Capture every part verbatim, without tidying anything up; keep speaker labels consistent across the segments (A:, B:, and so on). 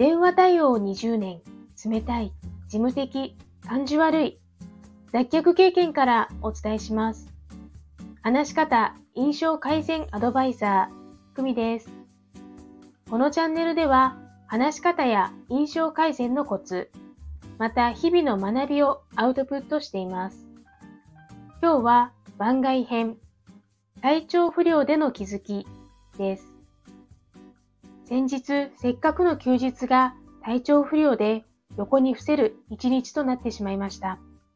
A: 電話対応にじゅうねん、冷たい、事務的、感じ悪い、脱却経験からお伝えします。話し方、印象改善アドバイザー、久美です。このチャンネルでは、話し方や印象改善のコツ、また日々の学びをアウトプットしています。今日は番外編、体調不良での気づきです。先日、せっかくの休日が体調不良で横に伏せる一日となってしまいました。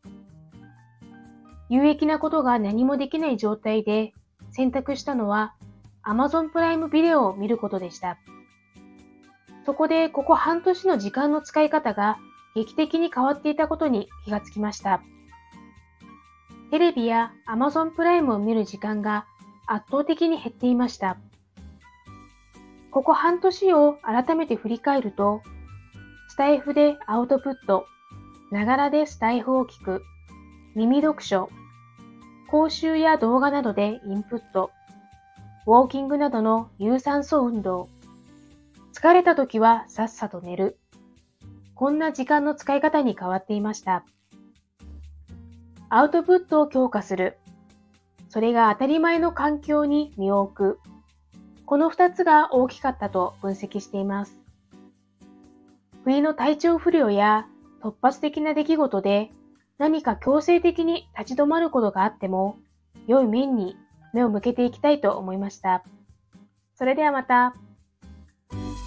A: 有益なことが何もできない状態で選択したのは Amazon プライムビデオを見ることでした。そこでここ半年の時間の使い方が劇的に変わっていたことに気がつきました。テレビや Amazon プライムを見る時間が圧倒的に減っていました。ここ半年を改めて振り返ると、スタイフでアウトプット、ながらでスタイフを聞く、耳読書、講習や動画などでインプット、ウォーキングなどの有酸素運動、疲れた時はさっさと寝る、こんな時間の使い方に変わっていました。アウトプットを強化する。それが当たり前の環境に身を置く。この二つが大きかったと分析しています。冬の体調不良や突発的な出来事で何か強制的に立ち止まることがあっても、良い面に目を向けていきたいと思いました。それではまた。